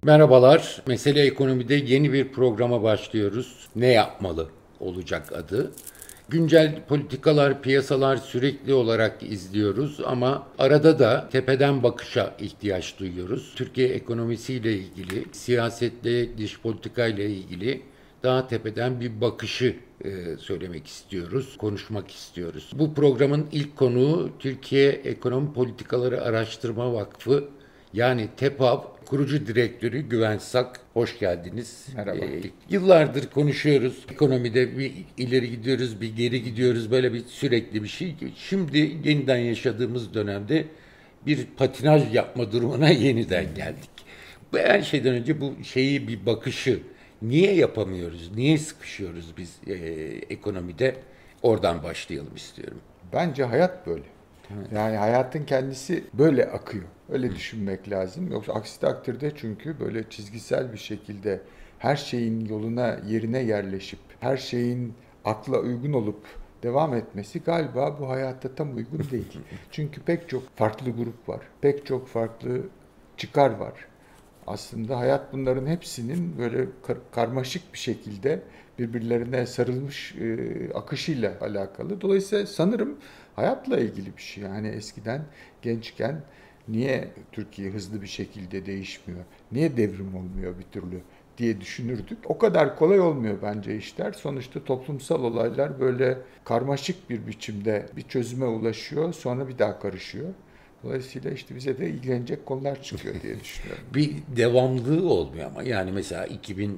Merhabalar. Mesele Ekonomi'de yeni bir programa başlıyoruz. Ne yapmalı olacak adı. Güncel politikalar, piyasalar sürekli olarak izliyoruz ama arada da tepeden bakışa ihtiyaç duyuyoruz. Türkiye ekonomisiyle ilgili, siyasetle, dış politikayla ilgili daha tepeden bir bakışı söylemek istiyoruz, konuşmak istiyoruz. Bu programın ilk konuğu Türkiye Ekonomi Politikaları Araştırma Vakfı, yani TEPAV kurucu direktörü Güvenç Sak. Hoş geldiniz. Merhaba. Yıllardır konuşuyoruz. Ekonomide bir ileri gidiyoruz, bir geri gidiyoruz. Böyle bir sürekli bir şey. Şimdi yeniden yaşadığımız dönemde bir patinaj yapma durumuna yeniden geldik. Her şeyden önce bu şeyi bir bakışı, niye yapamıyoruz, niye sıkışıyoruz biz ekonomide? Oradan başlayalım istiyorum. Bence hayat böyle. Yani hayatın kendisi böyle akıyor. Öyle düşünmek lazım. Yoksa aksi takdirde çünkü böyle çizgisel bir şekilde her şeyin yoluna, yerine yerleşip, her şeyin akla uygun olup devam etmesi galiba bu hayatta tam uygun değil. Çünkü pek çok farklı grup var. Pek çok farklı çıkar var. Aslında hayat bunların hepsinin böyle karmaşık bir şekilde birbirlerine sarılmış akışıyla alakalı. Dolayısıyla sanırım hayatla ilgili bir şey. Yani eskiden gençken niye Türkiye hızlı bir şekilde değişmiyor? Niye devrim olmuyor bir türlü diye düşünürdük. O kadar kolay olmuyor bence işler. Sonuçta toplumsal olaylar böyle karmaşık bir biçimde bir çözüme ulaşıyor, sonra bir daha karışıyor. Dolayısıyla işte bize de ilgilenecek konular çıkıyor diye düşünüyorum. Bir devamlılığı olmuyor ama yani mesela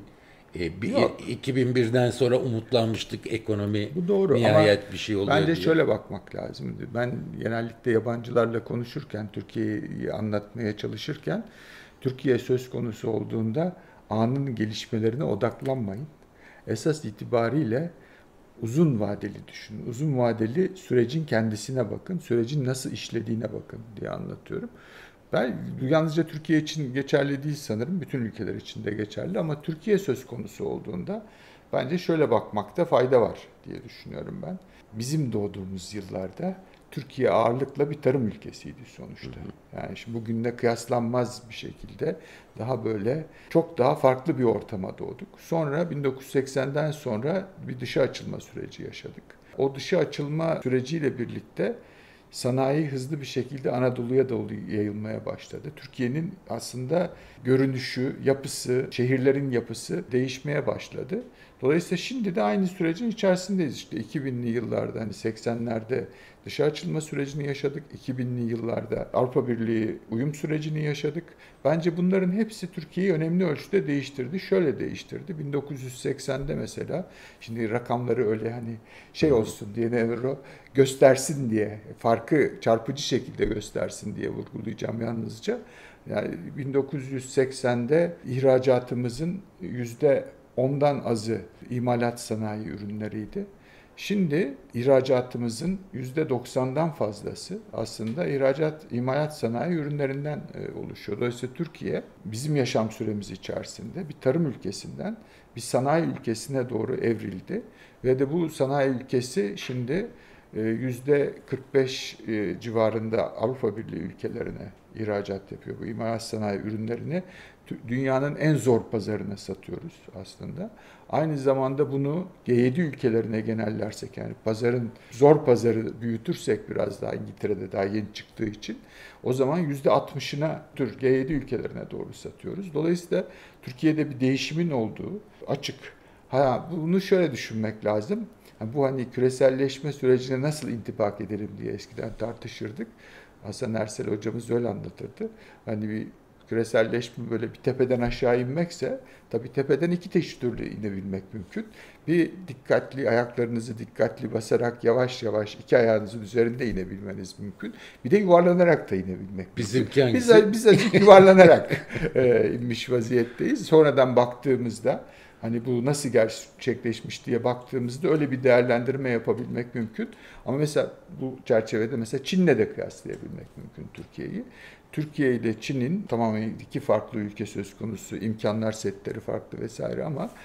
2001'den sonra umutlanmıştık, ekonomi Bu doğru ama nihayet bir şey oluyor bence diye. şöyle bakmak lazım. Ben genellikle yabancılarla konuşurken, Türkiye'yi anlatmaya çalışırken, Türkiye söz konusu olduğunda anın gelişmelerine odaklanmayın. Esas itibariyle uzun vadeli düşünün. Uzun vadeli sürecin kendisine bakın, sürecin nasıl işlediğine bakın diye anlatıyorum. Ben yalnızca Türkiye için geçerli değil sanırım, bütün ülkeler için de geçerli ama Türkiye söz konusu olduğunda bence şöyle bakmakta fayda var diye düşünüyorum ben. Bizim doğduğumuz yıllarda Türkiye ağırlıkla bir tarım ülkesiydi sonuçta. Yani şimdi bugünle kıyaslanmaz bir şekilde daha böyle çok daha farklı bir ortama doğduk. Sonra 1980'den sonra bir dışa açılma süreci yaşadık. O dışa açılma süreciyle birlikte sanayi hızlı bir şekilde Anadolu'ya doğru yayılmaya başladı. Türkiye'nin aslında görünüşü, yapısı, şehirlerin yapısı değişmeye başladı. Dolayısıyla şimdi de aynı sürecin içerisindeyiz. İşte 2000'li yıllarda, hani 80'lerde dışa açılma sürecini yaşadık. 2000'li yıllarda Avrupa Birliği uyum sürecini yaşadık. Bence bunların hepsi Türkiye'yi önemli ölçüde değiştirdi. Şöyle değiştirdi. 1980'de mesela, şimdi rakamları öyle hani şey olsun diye, göstersin diye, farkı çarpıcı şekilde göstersin diye vurgulayacağım yalnızca. Yani 1980'de ihracatımızın %10'dan azı imalat sanayi ürünleriydi. Şimdi ihracatımızın %90'dan fazlası aslında imalat sanayi ürünlerinden oluşuyor. Dolayısıyla Türkiye bizim yaşam süremiz içerisinde bir tarım ülkesinden bir sanayi ülkesine doğru evrildi. Ve de bu sanayi ülkesi şimdi %45 civarında Avrupa Birliği ülkelerine ihracat yapıyor. Bu imalat sanayi ürünlerini dünyanın en zor pazarına satıyoruz aslında. Aynı zamanda bunu G7 ülkelerine genellersek, yani zor pazarı büyütürsek biraz daha, İngiltere'de daha yeni çıktığı için, o zaman %60'ına G7 ülkelerine doğru satıyoruz. Dolayısıyla Türkiye'de bir değişimin olduğu açık. Bunu şöyle düşünmek lazım. Bu hani küreselleşme sürecine nasıl intibak edelim diye eskiden tartışırdık. Hasan Ersel hocamız öyle anlatırdı. Hani bir küreselleşme böyle bir tepeden aşağı inmekse, tabii tepeden iki türlü inebilmek mümkün. Bir, ayaklarınızı dikkatli basarak yavaş yavaş iki ayağınızın üzerinde inebilmeniz mümkün. Bir de yuvarlanarak da inebilmek Bizimki mümkün. hangisi? Biz azıcık yuvarlanarak inmiş vaziyetteyiz. Sonradan baktığımızda, hani bu nasıl gerçekleşmiş diye baktığımızda öyle bir değerlendirme yapabilmek mümkün. Ama mesela bu çerçevede mesela Çin'le de kıyaslayabilmek mümkün Türkiye'yi. Türkiye ile Çin'in tamamen iki farklı ülke söz konusu, imkanlar setleri farklı vesaire, ama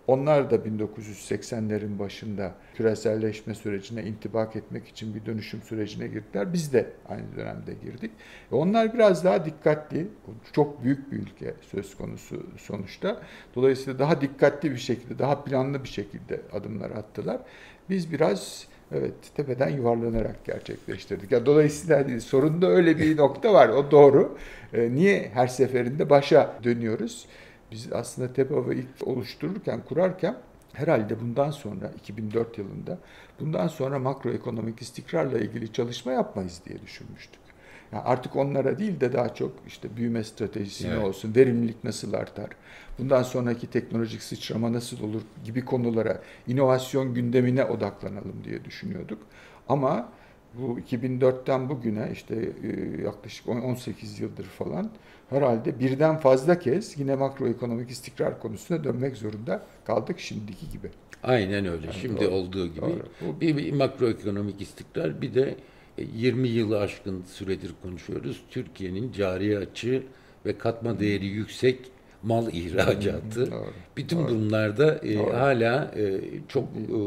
Onlar da 1980'lerin başında küreselleşme sürecine intibak etmek için bir dönüşüm sürecine girdiler. Biz de aynı dönemde girdik. Onlar biraz daha dikkatli, çok büyük bir ülke söz konusu sonuçta. Dolayısıyla daha dikkatli bir şekilde, daha planlı bir şekilde adımlar attılar. Biz biraz tepeden yuvarlanarak gerçekleştirdik. Ya, dolayısıyla sorunda öyle bir nokta var, o doğru. Niye her seferinde başa dönüyoruz? Biz aslında TEPAV'ı ilk oluştururken, kurarken herhalde bundan sonra 2004 yılında bundan sonra makroekonomik istikrarla ilgili çalışma yapmayız diye düşünmüştük. Yani artık onlara değil de daha çok işte büyüme stratejisi ne olsun, verimlilik nasıl artar, bundan sonraki teknolojik sıçrama nasıl olur gibi konulara, inovasyon gündemine odaklanalım diye düşünüyorduk. Ama bu 2004'ten bugüne işte yaklaşık 18 yıldır falan herhalde birden fazla kez yine makroekonomik istikrar konusuna dönmek zorunda kaldık şimdiki gibi. Aynen öyle. Yani Şimdi doğru, olduğu gibi doğru. bir makroekonomik istikrar, bir de 20 yılı aşkın süredir konuşuyoruz. Türkiye'nin cari açığı ve katma değeri yüksek mal ihracatı. Doğru, Bütün doğru. bunlarda Doğru. hala çok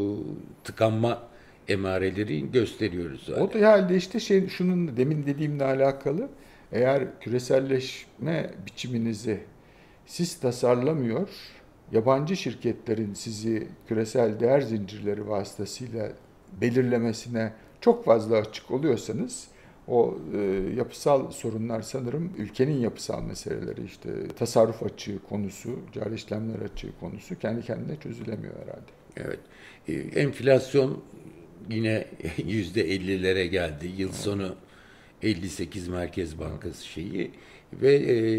tıkanma emareleri gösteriyoruz. O da herhalde işte şunun demin dediğimle alakalı. Eğer küreselleşme biçiminizi siz tasarlamıyor, yabancı şirketlerin sizi küresel değer zincirleri vasıtasıyla belirlemesine çok fazla açık oluyorsanız, o yapısal sorunlar sanırım ülkenin yapısal meseleleri, işte tasarruf açığı konusu, cari işlemler açığı konusu kendi kendine çözülemiyor herhalde. Evet. Enflasyon yine %50'lere geldi. Yıl sonu 58 Merkez Bankası şeyi ve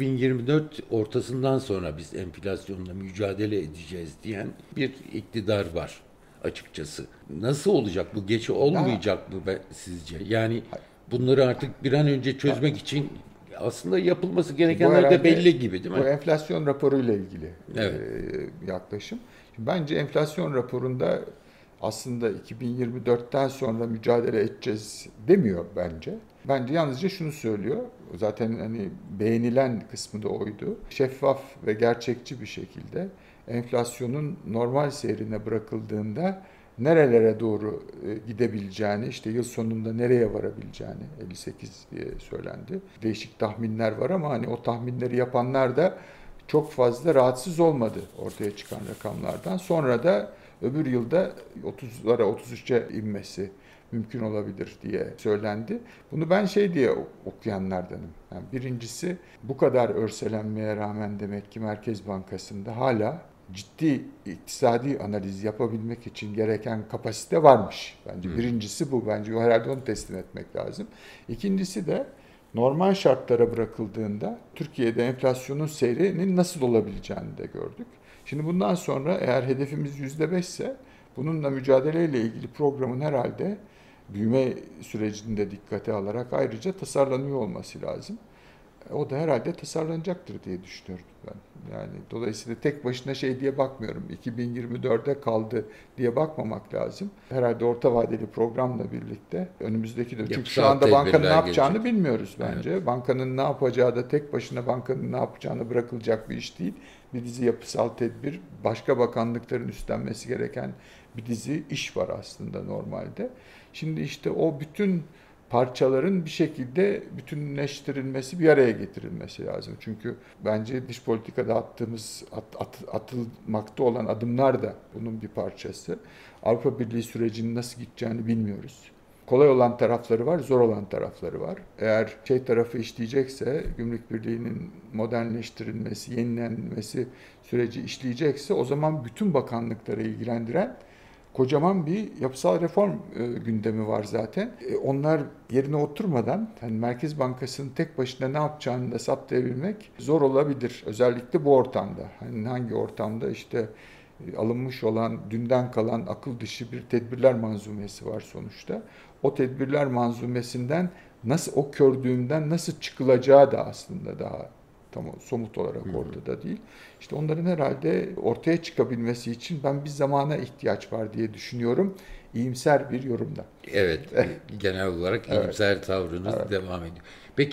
2024 ortasından sonra biz enflasyonla mücadele edeceğiz diyen bir iktidar var açıkçası. Nasıl olacak bu? Geç olmayacak mı sizce? Yani bunları artık bir an önce çözmek için aslında yapılması gerekenler de belli gibi, değil mi? Bu enflasyon raporuyla ilgili Evet. yaklaşım. Şimdi bence enflasyon raporunda aslında 2024'ten sonra mücadele edeceğiz demiyor bence. Bence yalnızca şunu söylüyor. Zaten hani beğenilen kısmı da oydu. Şeffaf ve gerçekçi bir şekilde enflasyonun normal seyrine bırakıldığında nerelere doğru gidebileceğini, işte yıl sonunda nereye varabileceğini 58 diye söylendi. Değişik tahminler var ama hani o tahminleri yapanlar da çok fazla rahatsız olmadı ortaya çıkan rakamlardan. Sonra da öbür yılda 30'lara 33'e inmesi mümkün olabilir diye söylendi. Bunu ben diye okuyanlardanım. Yani birincisi, bu kadar örselenmeye rağmen demek ki Merkez Bankası'nda hala ciddi iktisadi analiz yapabilmek için gereken kapasite varmış. Bence birincisi bu. Bence herhalde onu teslim etmek lazım. İkincisi de normal şartlara bırakıldığında Türkiye'de enflasyonun seyrinin nasıl olabileceğini de gördük. Şimdi bundan sonra eğer hedefimiz %5 ise bununla mücadeleyle ilgili programın herhalde büyüme sürecini de dikkate alarak ayrıca tasarlanıyor olması lazım. O da herhalde tasarlanacaktır diye düşünüyorum ben. Yani dolayısıyla tek başına diye bakmıyorum. 2024'e kaldı diye bakmamak lazım. Herhalde orta vadeli programla birlikte önümüzdeki de, çünkü şu anda bankanın ne yapacağını gelecek. Bilmiyoruz bence. Evet. Bankanın ne yapacağı da tek başına bankanın ne yapacağını bırakılacak bir iş değil. Bir dizi yapısal tedbir, başka bakanlıkların üstlenmesi gereken bir dizi iş var aslında normalde. Şimdi işte o bütün parçaların bir şekilde bütünleştirilmesi, bir araya getirilmesi lazım. Çünkü bence dış politikada atılmakta olan adımlar da bunun bir parçası. Avrupa Birliği sürecinin nasıl gideceğini bilmiyoruz. Kolay olan tarafları var, zor olan tarafları var. Eğer tarafı işleyecekse, Gümrük Birliği'nin modernleştirilmesi, yenilenmesi süreci işleyecekse, o zaman bütün bakanlıkları ilgilendiren kocaman bir yapısal reform gündemi var zaten. Onlar yerine oturmadan Merkez Bankası'nın tek başına ne yapacağını da saptayabilmek zor olabilir. Özellikle bu ortamda. Hangi ortamda alınmış olan, dünden kalan akıl dışı bir tedbirler manzumesi var sonuçta. O tedbirler manzumesinden o kördüğümden nasıl çıkılacağı da aslında daha tam somut olarak ortada değil. İşte onların herhalde ortaya çıkabilmesi için bir zamana ihtiyaç var diye düşünüyorum. İyimser bir yorumda. Evet, genel olarak iyimser tavrınız devam ediyor. Peki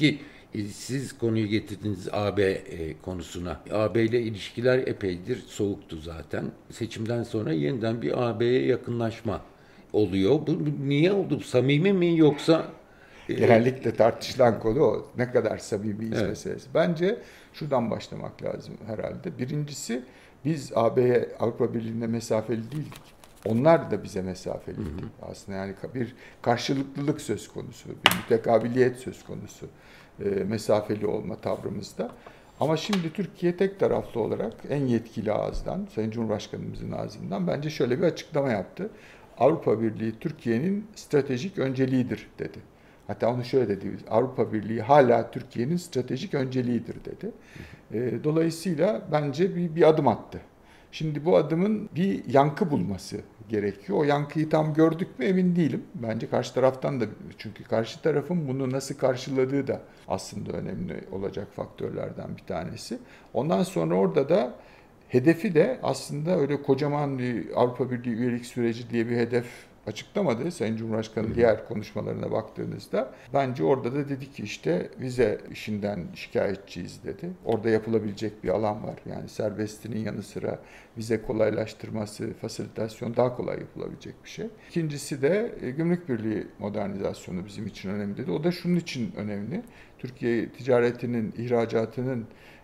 Siz konuyu getirdiniz AB konusuna. AB ile ilişkiler epeydir soğuktu zaten. Seçimden sonra yeniden bir AB'ye yakınlaşma oluyor. Bu niye oldu? Samimi mi yoksa... Genellikle tartışılan konu o. Ne kadar samimiyiz Evet. meselesi. Bence şuradan başlamak lazım herhalde. Birincisi, biz AB'ye, Avrupa Birliği'ne mesafeli değildik. Onlar da bize mesafeliydi. Aslında yani bir karşılıklılık söz konusu, bir mütekabiliyet söz konusu mesafeli olma tavrımızda. Ama şimdi Türkiye tek taraflı olarak en yetkili ağızdan, Sayın Cumhurbaşkanımızın ağzından bence şöyle bir açıklama yaptı. Avrupa Birliği Türkiye'nin stratejik önceliğidir dedi. Hatta onu şöyle dedi, Avrupa Birliği hala Türkiye'nin stratejik önceliğidir dedi. Dolayısıyla bence bir adım attı. Şimdi bu adımın bir yankı bulması gerekiyor. O yankıyı tam gördük mü emin değilim. Bence karşı taraftan da, çünkü karşı tarafın bunu nasıl karşıladığı da aslında önemli olacak faktörlerden bir tanesi. Ondan sonra orada da hedefi de aslında öyle kocaman bir Avrupa Birliği üyelik süreci diye bir hedef açıklamadı. Sayın Cumhurbaşkanı'nın diğer konuşmalarına baktığınızda bence orada da dedi ki işte vize işinden şikayetçiyiz dedi. Orada yapılabilecek bir alan var. Yani serbestinin yanı sıra vize kolaylaştırması, fasilitasyon daha kolay yapılabilecek bir şey. İkincisi de gümrük birliği modernizasyonu bizim için önemli dedi. O da şunun için önemli. Türkiye ticaretinin, ihracatının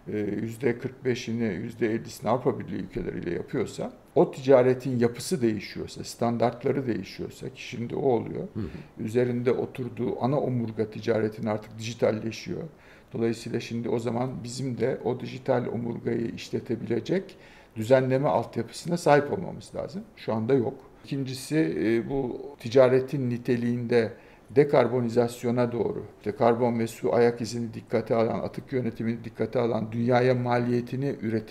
%45'ini, %50'sini Avrupa Birliği ülkeleriyle yapıyorsa, o ticaretin yapısı değişiyorsa, standartları değişiyorsa, ki şimdi o oluyor, üzerinde oturduğu ana omurga ticaretin artık dijitalleşiyor. Dolayısıyla şimdi o zaman bizim de o dijital omurgayı işletebilecek düzenleme altyapısına sahip olmamız lazım. Şu anda yok. İkincisi, bu ticaretin niteliğinde dekarbonizasyona doğru, işte karbon ve su ayak izini dikkate alan, atık yönetimini dikkate alan, dünyaya maliyetini,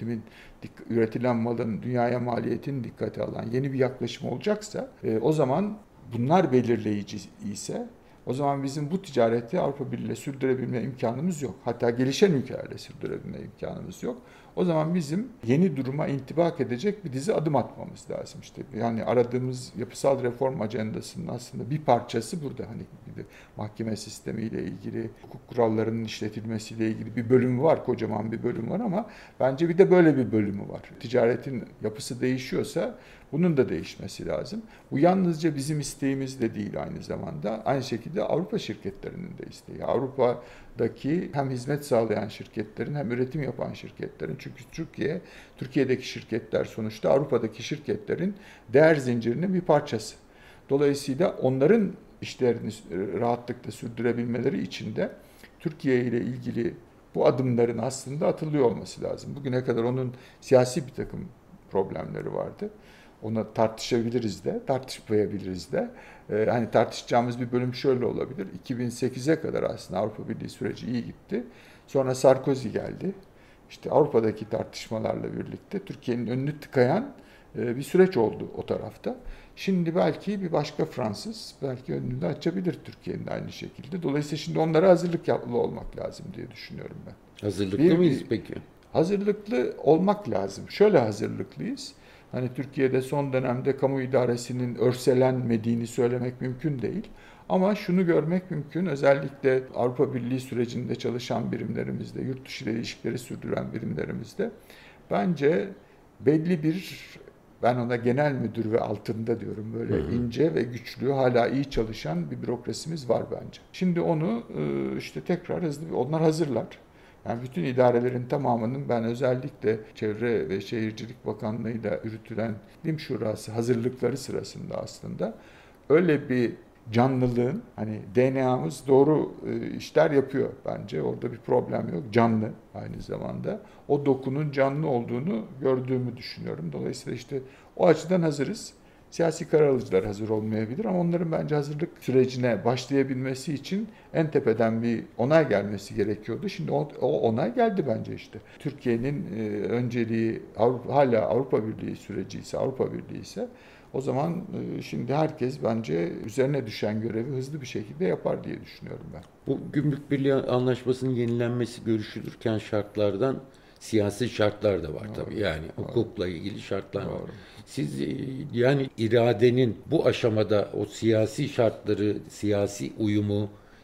üretilen malın dünyaya maliyetini dikkate alan yeni bir yaklaşım olacaksa, o zaman bunlar belirleyici ise, o zaman bizim bu ticareti Avrupa Birliği ile sürdürebilme imkanımız yok. Hatta gelişen ülkelerle sürdürebilme imkanımız yok. O zaman bizim yeni duruma intibak edecek bir dizi adım atmamız lazım. İşte yani aradığımız yapısal reform ajandasının aslında bir parçası burada. Hani bir de mahkeme sistemiyle ilgili, hukuk kurallarının işletilmesiyle ilgili bir bölüm var, kocaman bir bölüm var ama bence bir de böyle bir bölümü var. Ticaretin yapısı değişiyorsa bunun da değişmesi lazım. Bu yalnızca bizim isteğimiz de değil aynı zamanda. Aynı şekilde Avrupa şirketlerinin de isteği. Avrupa'daki hem hizmet sağlayan şirketlerin hem üretim yapan şirketlerin. Çünkü Türkiye'deki şirketler sonuçta Avrupa'daki şirketlerin değer zincirinin bir parçası. Dolayısıyla onların işlerini rahatlıkla sürdürebilmeleri için de Türkiye ile ilgili bu adımların aslında atılıyor olması lazım. Bugüne kadar onun siyasi bir takım problemleri vardı. Ona tartışabiliriz de, tartışmayabiliriz de. Hani tartışacağımız bir bölüm şöyle olabilir. 2008'e kadar aslında Avrupa Birliği süreci iyi gitti. Sonra Sarkozy geldi. İşte Avrupa'daki tartışmalarla birlikte Türkiye'nin önünü tıkayan bir süreç oldu o tarafta. Şimdi belki bir başka Fransız belki önünü de açabilir Türkiye'nin aynı şekilde. Dolayısıyla şimdi onlara hazırlıklı olmak lazım diye düşünüyorum ben. Hazırlıklı mıyız peki? Hazırlıklı olmak lazım. Şöyle hazırlıklıyız. Hani Türkiye'de son dönemde kamu idaresinin örselenmediğini söylemek mümkün değil. Ama şunu görmek mümkün, özellikle Avrupa Birliği sürecinde çalışan birimlerimizde, yurt dışı ile ilişkileri sürdüren birimlerimizde bence belli bir, ben ona genel müdür ve altında diyorum, böyle ince ve güçlü, hala iyi çalışan bir bürokrasimiz var bence. Şimdi onu işte tekrar onlar hazırlar. Yani bütün idarelerin tamamının, ben özellikle Çevre ve Şehircilik Bakanlığı'yla yürütülen iklim şurası hazırlıkları sırasında aslında öyle bir canlılığın, hani DNA'mız doğru işler yapıyor bence. Orada bir problem yok. Canlı aynı zamanda. O dokunun canlı olduğunu gördüğümü düşünüyorum. Dolayısıyla işte o açıdan hazırız. Siyasi karar alıcılar hazır olmayabilir ama onların bence hazırlık sürecine başlayabilmesi için en tepeden bir onay gelmesi gerekiyordu. Şimdi o onay geldi bence işte. Türkiye'nin önceliği hala Avrupa Birliği süreci ise, Avrupa Birliği ise, o zaman şimdi herkes bence üzerine düşen görevi hızlı bir şekilde yapar diye düşünüyorum ben. Bu Gümrük Birliği Anlaşması'nın yenilenmesi görüşülürken şartlardan siyasi şartlar da var tabii. Yani hukukla ilgili şartlar var. Siz yani iradenin bu aşamada o siyasi şartları, siyasi uyumu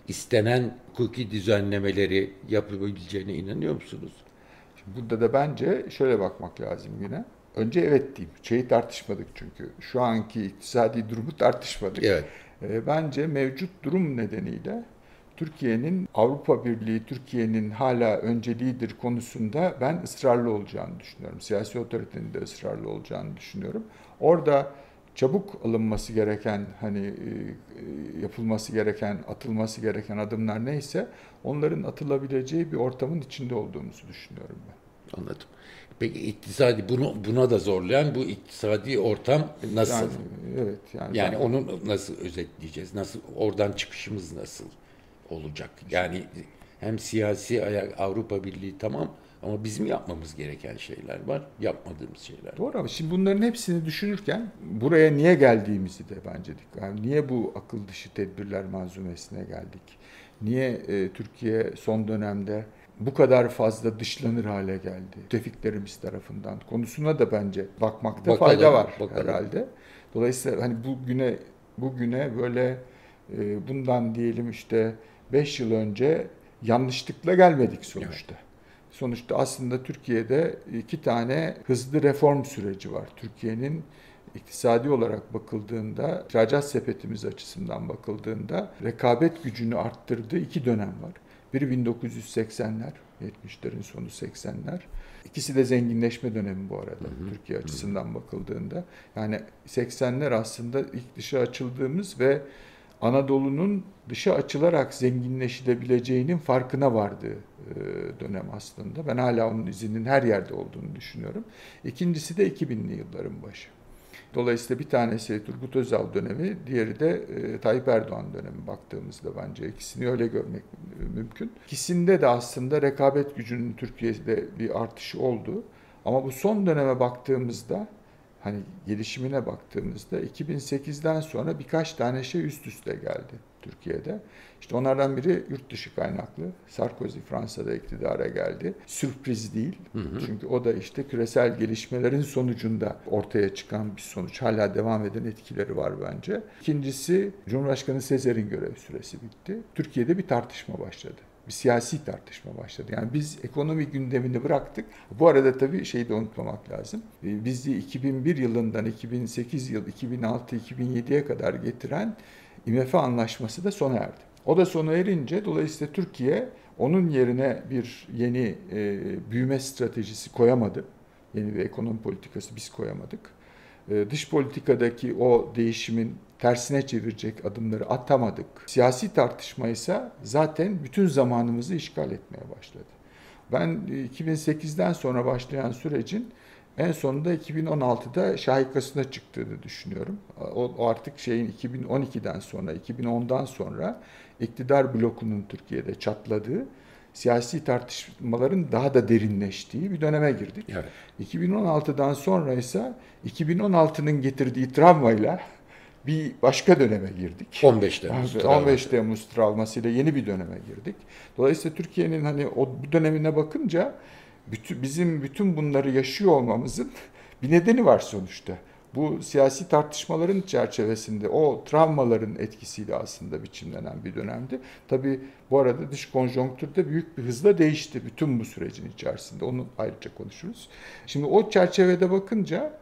istenen hukuki düzenlemeleri yapabileceğine inanıyor musunuz? Burada da bence şöyle bakmak lazım yine. Önce evet diyeyim. Şeyi tartışmadık çünkü. Şu anki iktisadi durumu tartışmadık. Evet. Bence mevcut durum nedeniyle Türkiye'nin Avrupa Birliği, Türkiye'nin hala önceliğidir konusunda ben ısrarlı olacağını düşünüyorum. Siyasi otoritenin de ısrarlı olacağını düşünüyorum. Orada çabuk alınması gereken, yapılması gereken, atılması gereken adımlar neyse onların atılabileceği bir ortamın içinde olduğumuzu düşünüyorum ben. Anladım. Peki iktisadi buna da zorlayan bu iktisadi ortam nasıl? Yani, evet. Yani onu nasıl özetleyeceğiz? Nasıl oradan çıkışımız nasıl olacak? Yani hem siyasi Avrupa Birliği tamam ama bizim yapmamız gereken şeyler var, yapmadığımız şeyler. Doğru ama şimdi bunların hepsini düşünürken buraya niye geldiğimizi de bence yani niye bu akıl dışı tedbirler manzumesine geldik? Niye Türkiye son dönemde bu kadar fazla dışlanır hale geldi müttefiklerimiz tarafından konusuna da bence bakmakta fayda var herhalde. Dolayısıyla hani bugüne böyle bundan diyelim işte 5 yıl önce yanlışlıkla gelmedik sonuçta. Evet. Sonuçta aslında Türkiye'de 2 tane hızlı reform süreci var. Türkiye'nin iktisadi olarak bakıldığında, ihracat sepetimiz açısından bakıldığında rekabet gücünü arttırdığı 2 dönem var. Biri 1980'ler, 70'lerin sonu 80'ler. İkisi de zenginleşme dönemi bu arada Türkiye açısından bakıldığında. Yani 80'ler aslında ilk dışa açıldığımız ve Anadolu'nun dışa açılarak zenginleşilebileceğinin farkına vardığı dönem aslında. Ben hala onun izinin her yerde olduğunu düşünüyorum. İkincisi de 2000'li yılların başı. Dolayısıyla bir tanesi Turgut Özal dönemi, diğeri de Tayyip Erdoğan dönemi baktığımızda bence ikisini öyle görmek mümkün. İkisinde de aslında rekabet gücünün Türkiye'de bir artışı oldu. Ama bu son döneme baktığımızda, hani gelişimine baktığımızda 2008'den sonra birkaç tane şey üst üste geldi Türkiye'de. İşte onlardan biri yurt dışı kaynaklı. Sarkozy Fransa'da iktidara geldi. Sürpriz değil. Çünkü o da işte küresel gelişmelerin sonucunda ortaya çıkan bir sonuç. Hala devam eden etkileri var bence. İkincisi Cumhurbaşkanı Sezer'in görev süresi bitti. Türkiye'de bir tartışma başladı. Bir siyasi tartışma başladı. Yani biz ekonomi gündemini bıraktık. Bu arada tabii şeyi de unutmamak lazım. Bizi 2001 yılından 2008 yıl, 2006, 2007'ye kadar getiren IMF anlaşması da sona erdi. O da sona erince dolayısıyla Türkiye onun yerine bir yeni büyüme stratejisi koyamadı. Yeni bir ekonomi politikası biz koyamadık. Dış politikadaki o değişimin tersine çevirecek adımları atamadık. Siyasi tartışma ise zaten bütün zamanımızı işgal etmeye başladı. Ben 2008'den sonra başlayan sürecin en sonunda 2016'da şahikasına çıktığını düşünüyorum. O artık 2012'den sonra, 2010'dan sonra iktidar blokunun Türkiye'de çatladığı, siyasi tartışmaların daha da derinleştiği bir döneme girdik. Evet. 2016'dan sonra ise 2016'nın getirdiği travmayla bir başka döneme girdik. 15 Temmuz travmasıyla yeni bir döneme girdik. Dolayısıyla Türkiye'nin bu dönemine bakınca bizim bütün bunları yaşıyor olmamızın bir nedeni var sonuçta. Bu siyasi tartışmaların çerçevesinde o travmaların etkisiyle aslında biçimlenen bir dönemdi. Tabii bu arada dış konjonktürde büyük bir hızla değişti bütün bu sürecin içerisinde. Onu ayrıca konuşuruz. Şimdi o çerçevede bakınca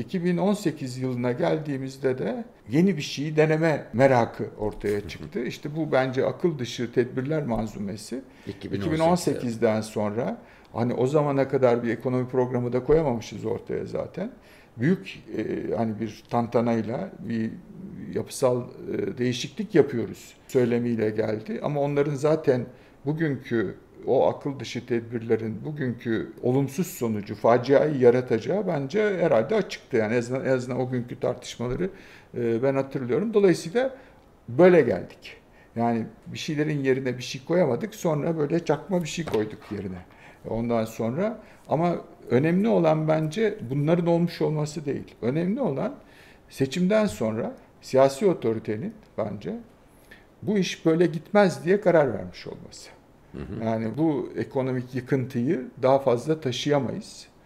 2018 yılına geldiğimizde de yeni bir şeyi deneme merakı ortaya çıktı. İşte bu bence akıl dışı tedbirler manzumesi. 2018'den sonra o zamana kadar bir ekonomi programı da koyamamışız ortaya zaten. Büyük bir tantanayla bir yapısal değişiklik yapıyoruz söylemiyle geldi. Ama onların zaten bugünkü o akıl dışı tedbirlerin bugünkü olumsuz sonucu, faciayı yaratacağı bence herhalde açıktı. Yani en azından o günkü tartışmaları ben hatırlıyorum. Dolayısıyla böyle geldik. Yani bir şeylerin yerine bir şey koyamadık. Sonra böyle çakma bir şey koyduk yerine. Ondan sonra ama önemli olan bence bunların olmuş olması değil. Önemli olan seçimden sonra siyasi otoritenin bence bu iş böyle gitmez diye karar vermiş olması. Yani bu ekonomik yıkıntıyı daha fazla taşıyamayız.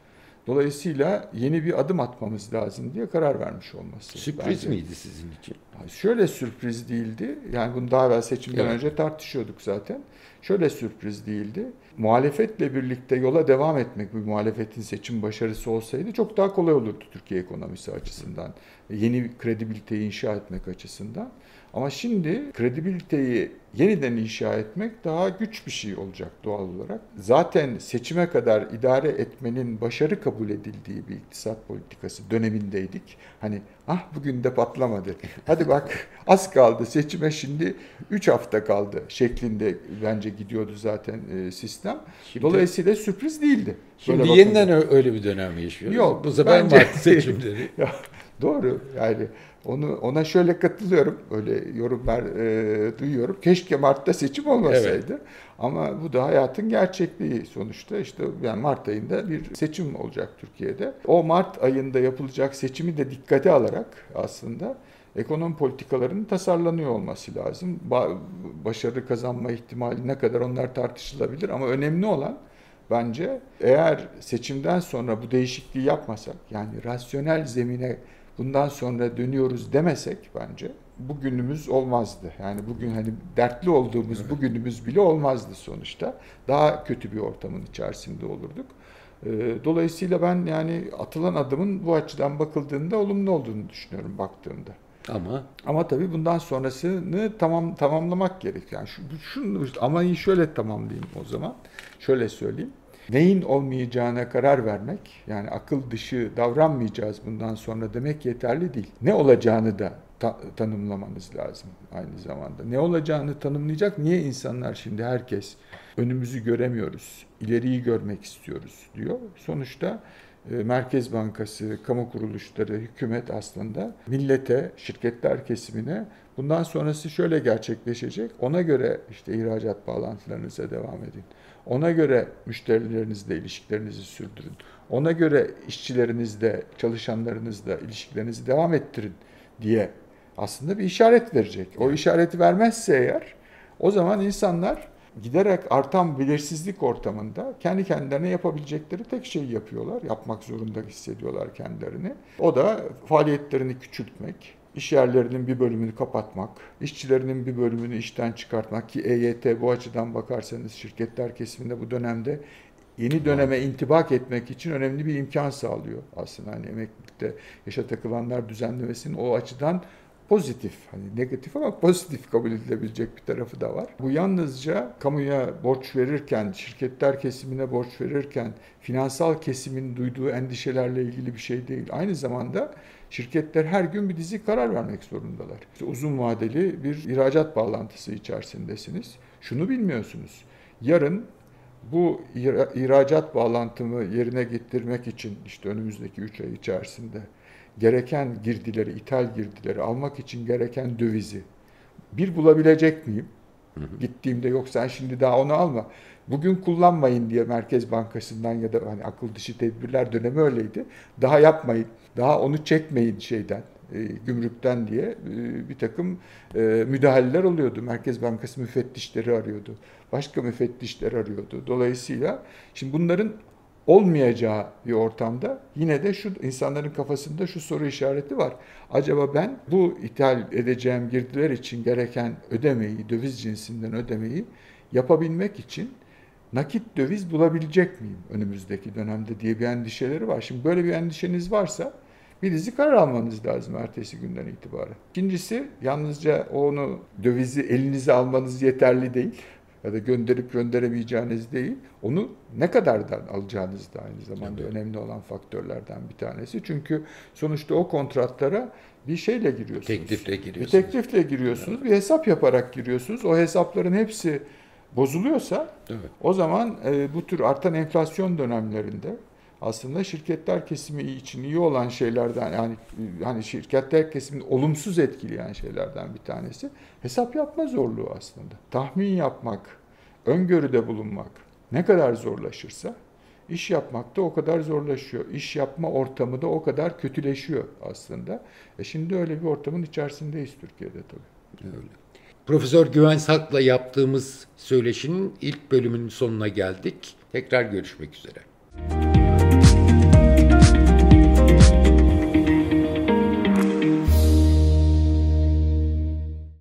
Dolayısıyla yeni bir adım atmamız lazım diye karar vermiş olması. Sürpriz bence. miydi sizin için? Şöyle sürpriz değildi. Yani bunu daha evvel seçimden Evet. önce tartışıyorduk zaten. Şöyle sürpriz değildi. Muhalefetle birlikte yola devam etmek, bir muhalefetin seçim başarısı olsaydı çok daha kolay olurdu Türkiye ekonomisi açısından. Yeni bir kredibiliteyi inşa etmek açısından. Ama şimdi kredibiliteyi yeniden inşa etmek daha güç bir şey olacak doğal olarak. Zaten seçime kadar idare etmenin başarı kabul edildiği bir iktisat politikası dönemindeydik. Hani bugün de patlamadı. Hadi bak az kaldı seçime, şimdi 3 hafta kaldı şeklinde bence gidiyordu zaten sistem. Dolayısıyla sürpriz değildi. Şimdi yeniden öyle bir dönem yaşıyoruz. Yok, bu sefer Mart seçimleri. Doğru, yani ona şöyle katılıyorum. Öyle yorumlar duyuyorum. Keşke Mart'ta seçim olmasaydı. Evet. Ama bu da hayatın gerçekliği sonuçta. İşte yani Mart ayında bir seçim olacak Türkiye'de. O Mart ayında yapılacak seçimi de dikkate alarak aslında ekonomi politikalarının tasarlanıyor olması lazım. Başarı kazanma ihtimali ne kadar, onlar tartışılabilir ama önemli olan bence, eğer seçimden sonra bu değişikliği yapmasak, yani rasyonel zemine bundan sonra dönüyoruz demesek bence bugünümüz olmazdı. Yani bugün hani dertli olduğumuz bugünümüz bile olmazdı sonuçta. Daha kötü bir ortamın içerisinde olurduk. Dolayısıyla ben yani atılan adımın bu açıdan bakıldığında olumlu olduğunu düşünüyorum baktığımda. Ama tabii bundan sonrasını tamamlamak gerek. Yani şunu amayı şöyle tamamlayayım o zaman. Şöyle söyleyeyim. Neyin olmayacağına karar vermek, yani akıl dışı davranmayacağız bundan sonra demek yeterli değil. Ne olacağını da tanımlamanız lazım aynı zamanda. Ne olacağını tanımlayacak. Niye insanlar şimdi herkes önümüzü göremiyoruz, ileriyi görmek istiyoruz diyor. Sonuçta Merkez Bankası, kamu kuruluşları, hükümet aslında millete, şirketler kesimine bundan sonrası şöyle gerçekleşecek. Ona göre işte ihracat bağlantılarınıza devam edin. Ona göre müşterilerinizle ilişkilerinizi sürdürün. Ona göre işçilerinizle, çalışanlarınızla ilişkilerinizi devam ettirin diye aslında bir işaret verecek. O işareti vermezse eğer, o zaman insanlar giderek artan belirsizlik ortamında kendi kendilerine yapabilecekleri tek şeyi yapıyorlar. Yapmak zorunda hissediyorlar kendilerini. O da faaliyetlerini küçültmek, iş yerlerinin bir bölümünü kapatmak, işçilerinin bir bölümünü işten çıkartmak, ki EYT bu açıdan bakarsanız şirketler kesiminde bu dönemde yeni döneme intibak etmek için önemli bir imkan sağlıyor aslında. Hani emeklilikte yaşa takılanlar düzenlemesinin o açıdan pozitif, hani negatif ama pozitif kabul edilebilecek bir tarafı da var. Bu yalnızca kamuya borç verirken, şirketler kesimine borç verirken finansal kesimin duyduğu endişelerle ilgili bir şey değil. Aynı zamanda şirketler her gün bir dizi karar vermek zorundalar. İşte uzun vadeli bir ihracat bağlantısı içerisindesiniz. Şunu bilmiyorsunuz. Yarın bu ihracat bağlantımı yerine getirmek için işte önümüzdeki 3 ay içerisinde gereken girdileri, ithal girdileri almak için gereken dövizi bir bulabilecek miyim? Gittiğimde yok sen şimdi daha onu alma. Bugün kullanmayın diye Merkez Bankası'ndan ya da hani akıl dışı tedbirler dönemi öyleydi. Daha yapmayın, daha onu çekmeyin gümrükten diye bir takım müdahaleler oluyordu. Merkez Bankası müfettişleri arıyordu. Başka müfettişler arıyordu. Dolayısıyla şimdi bunların olmayacağı bir ortamda yine de şu insanların kafasında şu soru işareti var. Acaba ben bu ithal edeceğim girdiler için gereken ödemeyi, döviz cinsinden ödemeyi yapabilmek için nakit döviz bulabilecek miyim önümüzdeki dönemde diye bir endişeleri var. Şimdi böyle bir endişeniz varsa bir dizi karar almanız lazım ertesi günden itibaren. İkincisi, yalnızca onu dövizi elinize almanız yeterli değil. Ya da gönderip gönderemeyeceğiniz değil, onu ne kadardan alacağınız da aynı zamanda önemli olan faktörlerden bir tanesi. Çünkü sonuçta o kontratlara bir şeyle giriyorsunuz. Teklifle giriyorsunuz. Bir teklifle giriyorsunuz, evet. Bir hesap yaparak giriyorsunuz. O hesapların hepsi bozuluyorsa, evet. O zaman bu tür artan enflasyon dönemlerinde aslında şirketler kesimi için iyi olan şeylerden, yani hani şirketler kesimini olumsuz etkileyen şeylerden bir tanesi hesap yapma zorluğu aslında. Tahmin yapmak, öngörüde bulunmak ne kadar zorlaşırsa iş yapmak da o kadar zorlaşıyor. İş yapma ortamı da o kadar kötüleşiyor aslında. Şimdi öyle bir ortamın içerisindeyiz Türkiye'de tabii. Öyle. Profesör Güven Sak'la yaptığımız söyleşinin ilk bölümünün sonuna geldik. Tekrar görüşmek üzere.